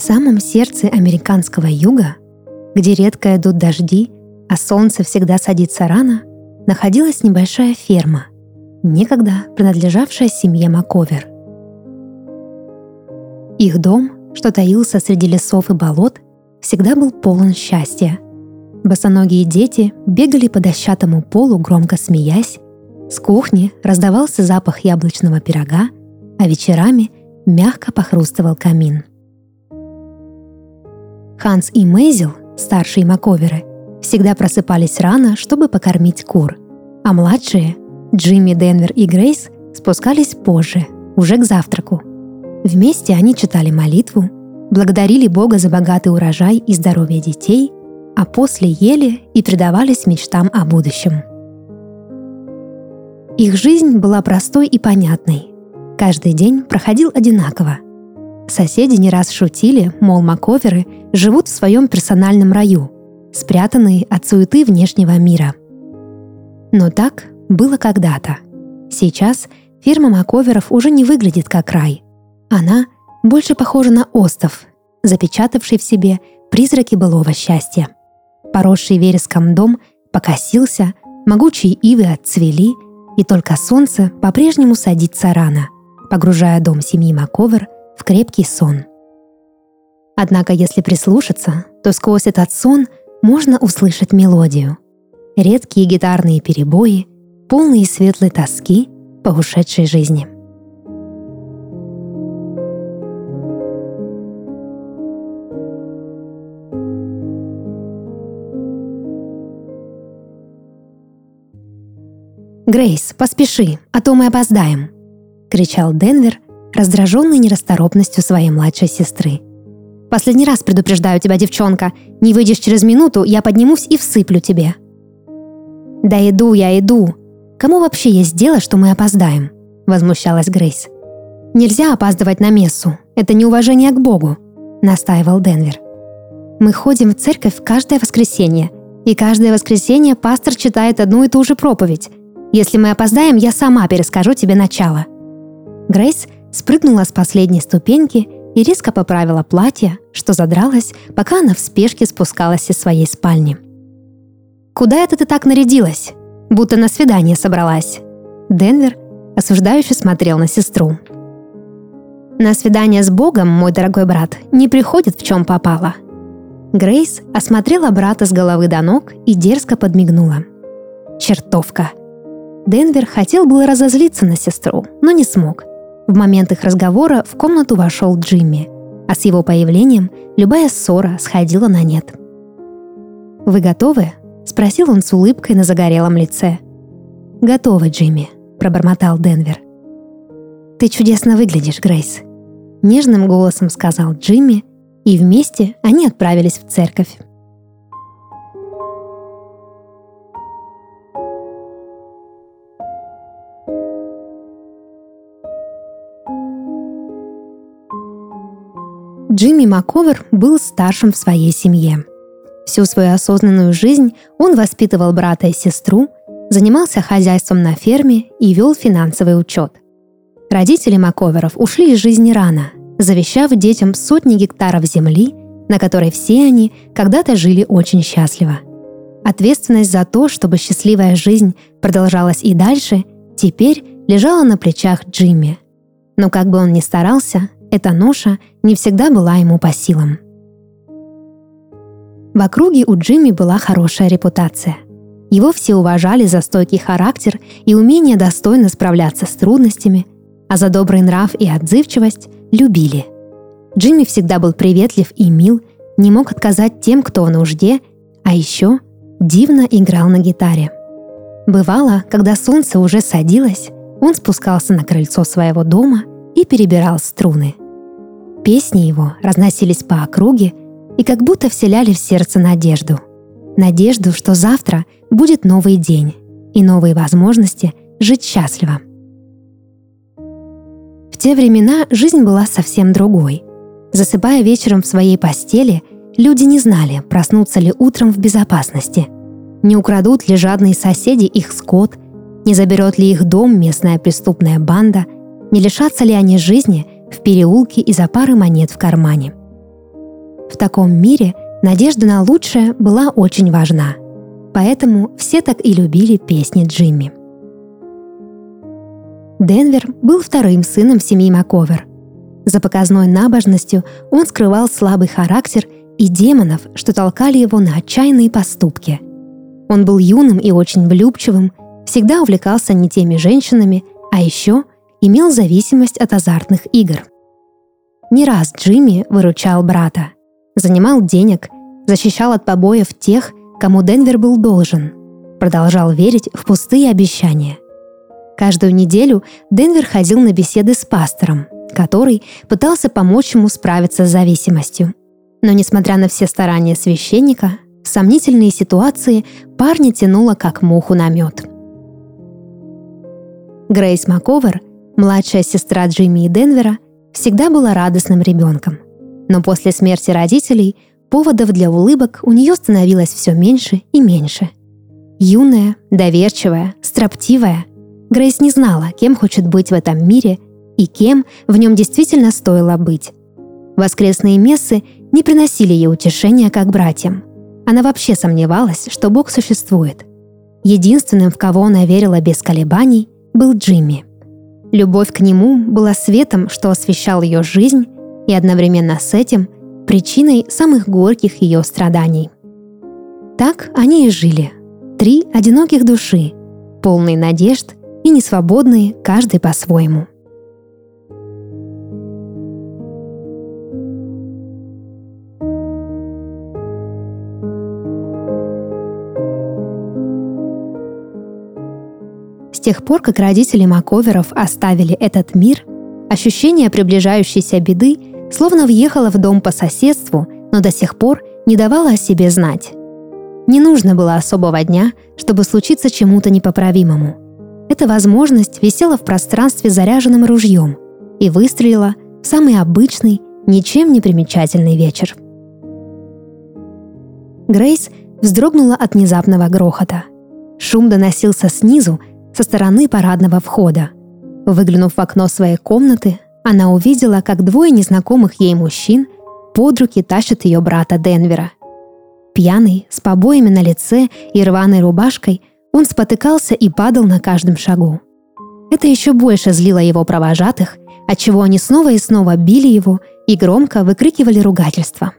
самом сердце американского юга, где редко идут дожди, а солнце всегда садится рано, находилась небольшая ферма, некогда принадлежавшая семье Маковер. Их дом, что таился среди лесов и болот, всегда был полон счастья. Босоногие дети бегали по дощатому полу, громко смеясь, с кухни раздавался запах яблочного пирога, а вечерами мягко похрустывал камин. Ханс и Мейзел, старшие Маковеры, всегда просыпались рано, чтобы покормить кур, а младшие, Джимми, Денвер и Грейс, спускались позже, уже к завтраку. Вместе они читали молитву, благодарили Бога за богатый урожай и здоровье детей, а после ели и предавались мечтам о будущем. Их жизнь была простой и понятной. Каждый день проходил одинаково. Соседи не раз шутили, мол, Маковеры живут в своем персональном раю, спрятанные от суеты внешнего мира. Но так было когда-то. Сейчас ферма Маковеров уже не выглядит как рай. Она больше похожа на остров, запечатавший в себе призраки былого счастья. Поросший вереском дом покосился, могучие ивы отцвели, и только солнце по-прежнему садится рано, погружая дом семьи Маковер в крепкий сон. Однако, если прислушаться, то сквозь этот сон можно услышать мелодию. Редкие гитарные перебои, полные светлой тоски по ушедшей жизни. «Грейс, поспеши, а то мы опоздаем!» — кричал Денвер, раздраженный нерасторопностью своей младшей сестры. «Последний раз предупреждаю тебя, девчонка, не выйдешь через минуту, я поднимусь и всыплю тебе». «Да иду я, иду! Кому вообще есть дело, что мы опоздаем?» — возмущалась Грейс. «Нельзя опаздывать на мессу, это неуважение к Богу», — настаивал Денвер. «Мы ходим в церковь каждое воскресенье, и каждое воскресенье пастор читает одну и ту же проповедь. Если мы опоздаем, я сама перескажу тебе начало». Грейс спрыгнула с последней ступеньки и резко поправила платье, что задралось, пока она в спешке спускалась из своей спальни. «Куда это ты так нарядилась? Будто на свидание собралась». Денвер осуждающе смотрел на сестру. «На свидание с Богом, мой дорогой брат, не приходит в чем попало». Грейс осмотрела брата с головы до ног и дерзко подмигнула. «Чертовка!» Денвер хотел было разозлиться на сестру, но не смог. В момент их разговора в комнату вошел Джимми, а с его появлением любая ссора сходила на нет. «Вы готовы?» — спросил он с улыбкой на загорелом лице. «Готовы, Джимми», — пробормотал Денвер. «Ты чудесно выглядишь, Грейс», — нежным голосом сказал Джимми, и вместе они отправились в церковь. Джимми Маковер был старшим в своей семье. Всю свою осознанную жизнь он воспитывал брата и сестру, занимался хозяйством на ферме и вел финансовый учет. Родители Маковеров ушли из жизни рано, завещав детям сотни гектаров земли, на которой все они когда-то жили очень счастливо. Ответственность за то, чтобы счастливая жизнь продолжалась и дальше, теперь лежала на плечах Джимми. Но как бы он ни старался, эта ноша не всегда была ему по силам. В округе у Джимми была хорошая репутация. Его все уважали за стойкий характер и умение достойно справляться с трудностями, а за добрый нрав и отзывчивость любили. Джимми всегда был приветлив и мил, не мог отказать тем, кто в нужде, а еще дивно играл на гитаре. Бывало, когда солнце уже садилось, он спускался на крыльцо своего дома и перебирал струны. Песни его разносились по округе и как будто вселяли в сердце надежду. Надежду, что завтра будет новый день и новые возможности жить счастливо. В те времена жизнь была совсем другой. Засыпая вечером в своей постели, люди не знали, проснутся ли утром в безопасности. Не украдут ли жадные соседи их скот, не заберет ли их дом местная преступная банда, не лишатся ли они жизни в переулке из-за пары монет в кармане. В таком мире надежда на лучшее была очень важна. Поэтому все так и любили песни Джимми. Денвер был вторым сыном семьи Маковер. За показной набожностью он скрывал слабый характер и демонов, что толкали его на отчаянные поступки. Он был юным и очень влюбчивым, всегда увлекался не теми женщинами, а еще имел зависимость от азартных игр. Не раз Джимми выручал брата, занимал денег, защищал от побоев тех, кому Денвер был должен, продолжал верить в пустые обещания. Каждую неделю Денвер ходил на беседы с пастором, который пытался помочь ему справиться с зависимостью. Но несмотря на все старания священника, в сомнительные ситуации парня тянуло как муху на мед. Грейс Маковер, младшая сестра Джимми и Денвера, всегда была радостным ребенком. Но после смерти родителей поводов для улыбок у нее становилось все меньше и меньше. Юная, доверчивая, строптивая, Грейс не знала, кем хочет быть в этом мире и кем в нем действительно стоило быть. Воскресные мессы не приносили ей утешения, как братьям. Она вообще сомневалась, что Бог существует. Единственным, в кого она верила без колебаний, был Джимми. Любовь к нему была светом, что освещал ее жизнь, и одновременно с этим причиной самых горьких ее страданий. Так они и жили. 3 одиноких души, полные надежд и несвободные каждый по-своему. С тех пор, как родители Маковеров оставили этот мир, ощущение приближающейся беды словно въехало в дом по соседству, но до сих пор не давало о себе знать. Не нужно было особого дня, чтобы случиться чему-то непоправимому. Эта возможность висела в пространстве заряженным ружьем и выстрелила в самый обычный, ничем не примечательный вечер. Грейс вздрогнула от внезапного грохота. Шум доносился снизу, со стороны парадного входа. Выглянув в окно своей комнаты, она увидела, как 2 незнакомых ей мужчин под руки тащат ее брата Денвера. Пьяный, с побоями на лице и рваной рубашкой, он спотыкался и падал на каждом шагу. Это еще больше злило его провожатых, отчего они снова и снова били его и громко выкрикивали ругательства.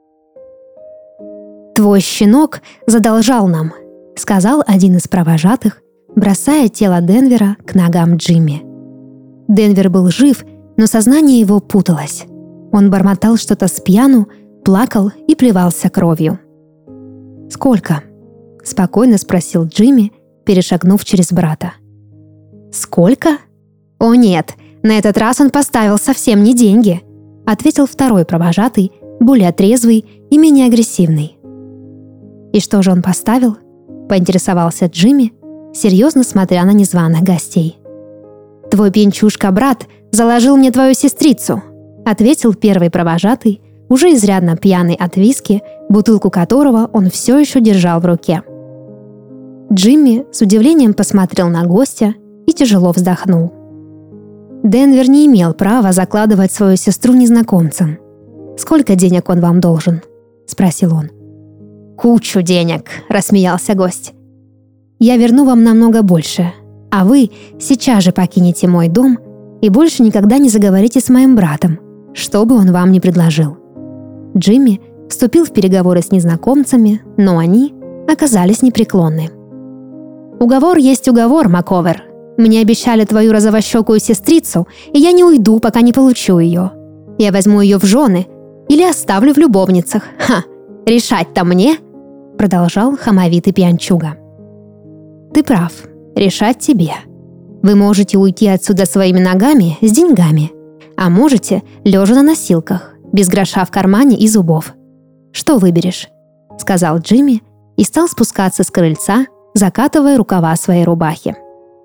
«Твой щенок задолжал нам», — сказал один из провожатых, бросая тело Денвера к ногам Джимми. Денвер был жив, но сознание его путалось. Он бормотал что-то спьяну, плакал и плевался кровью. «Сколько?» — спокойно спросил Джимми, перешагнув через брата. «Сколько? О нет, на этот раз он поставил совсем не деньги», — ответил второй провожатый, более трезвый и менее агрессивный. «И что же он поставил?» — поинтересовался Джимми, серьезно смотря на незваных гостей. «Твой пьянчушка-брат заложил мне твою сестрицу», — ответил первый провожатый, уже изрядно пьяный от виски, бутылку которого он все еще держал в руке. Джимми с удивлением посмотрел на гостя и тяжело вздохнул. Денвер не имел права закладывать свою сестру незнакомцам. «Сколько денег он вам должен?» — спросил он. «Кучу денег», — рассмеялся гость. «Я верну вам намного больше, а вы сейчас же покинете мой дом и больше никогда не заговорите с моим братом, что бы он вам ни предложил». Джимми вступил в переговоры с незнакомцами, но они оказались непреклонны. «Уговор есть уговор, Маковер. Мне обещали твою розовощекую сестрицу, и я не уйду, пока не получу ее. Я возьму ее в жены или оставлю в любовницах. Ха! Решать-то мне!» — продолжал хамовитый пьянчуга. «Ты прав. Решать тебе. Вы можете уйти отсюда своими ногами с деньгами, а можете лежа на носилках, без гроша в кармане и зубов. Что выберешь?» — сказал Джимми и стал спускаться с крыльца, закатывая рукава своей рубахи.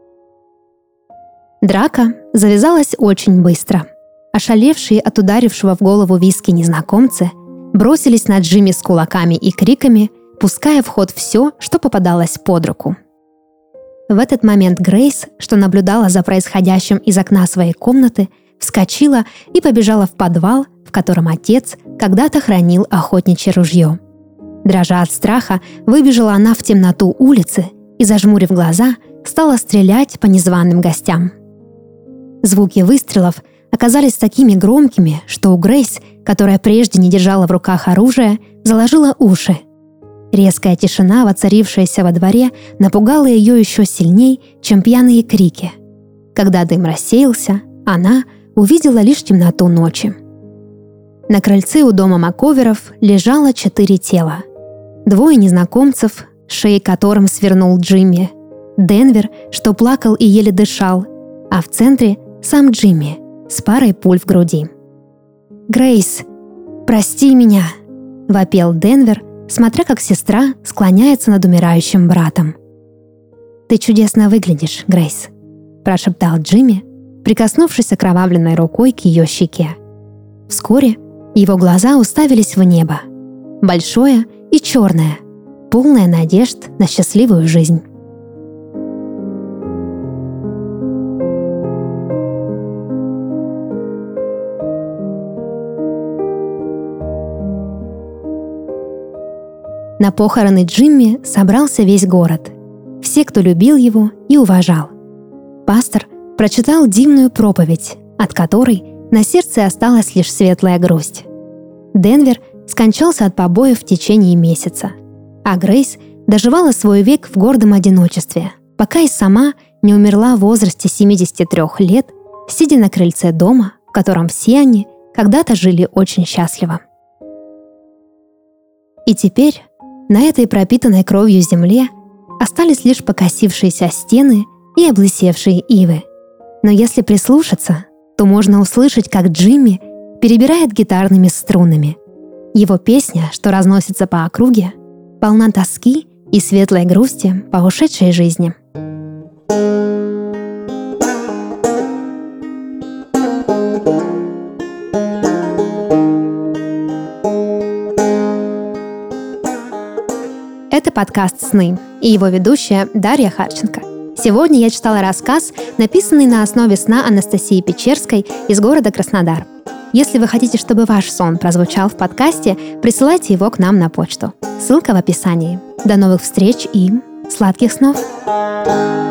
Драка завязалась очень быстро. Ошалевшие от ударившего в голову виски незнакомцы бросились на Джимми с кулаками и криками, пуская в ход все, что попадалось под руку. В этот момент Грейс, что наблюдала за происходящим из окна своей комнаты, вскочила и побежала в подвал, в котором отец когда-то хранил охотничье ружье. Дрожа от страха, выбежала она в темноту улицы и, зажмурив глаза, стала стрелять по незваным гостям. Звуки выстрелов оказались такими громкими, что у Грейс, которая прежде не держала в руках оружие, заложила уши. Резкая тишина, воцарившаяся во дворе, напугала ее еще сильней, чем пьяные крики. Когда дым рассеялся, она увидела лишь темноту ночи. На крыльце у дома Маковеров лежало 4 тела. 2 незнакомцев, шеи которым свернул Джимми, Денвер, что плакал и еле дышал, а в центре сам Джимми с парой пуль в груди. «Грейс, прости меня!» — вопил Денвер, смотря как сестра склоняется над умирающим братом. «Ты чудесно выглядишь, Грейс», — прошептал Джимми, прикоснувшись окровавленной рукой к ее щеке. Вскоре его глаза уставились в небо, большое и черное, полное надежд на счастливую жизнь. На похороны Джимми собрался весь город. Все, кто любил его и уважал. Пастор прочитал дивную проповедь, от которой на сердце осталась лишь светлая грусть. Денвер скончался от побоев в течение месяца, а Грейс доживала свой век в гордом одиночестве, пока и сама не умерла в возрасте 73 лет, сидя на крыльце дома, в котором все они когда-то жили очень счастливо. И теперь на этой пропитанной кровью земле остались лишь покосившиеся стены и облысевшие ивы. Но если прислушаться, то можно услышать, как Джимми перебирает гитарными струнами. Его песня, что разносится по округе, полна тоски и светлой грусти по ушедшей жизни. Это подкаст «Сны» и его ведущая Дарья Харченко. Сегодня я читала рассказ, написанный на основе сна Анастасии Печерской из города Краснодар. Если вы хотите, чтобы ваш сон прозвучал в подкасте, присылайте его к нам на почту. Ссылка в описании. До новых встреч и сладких снов!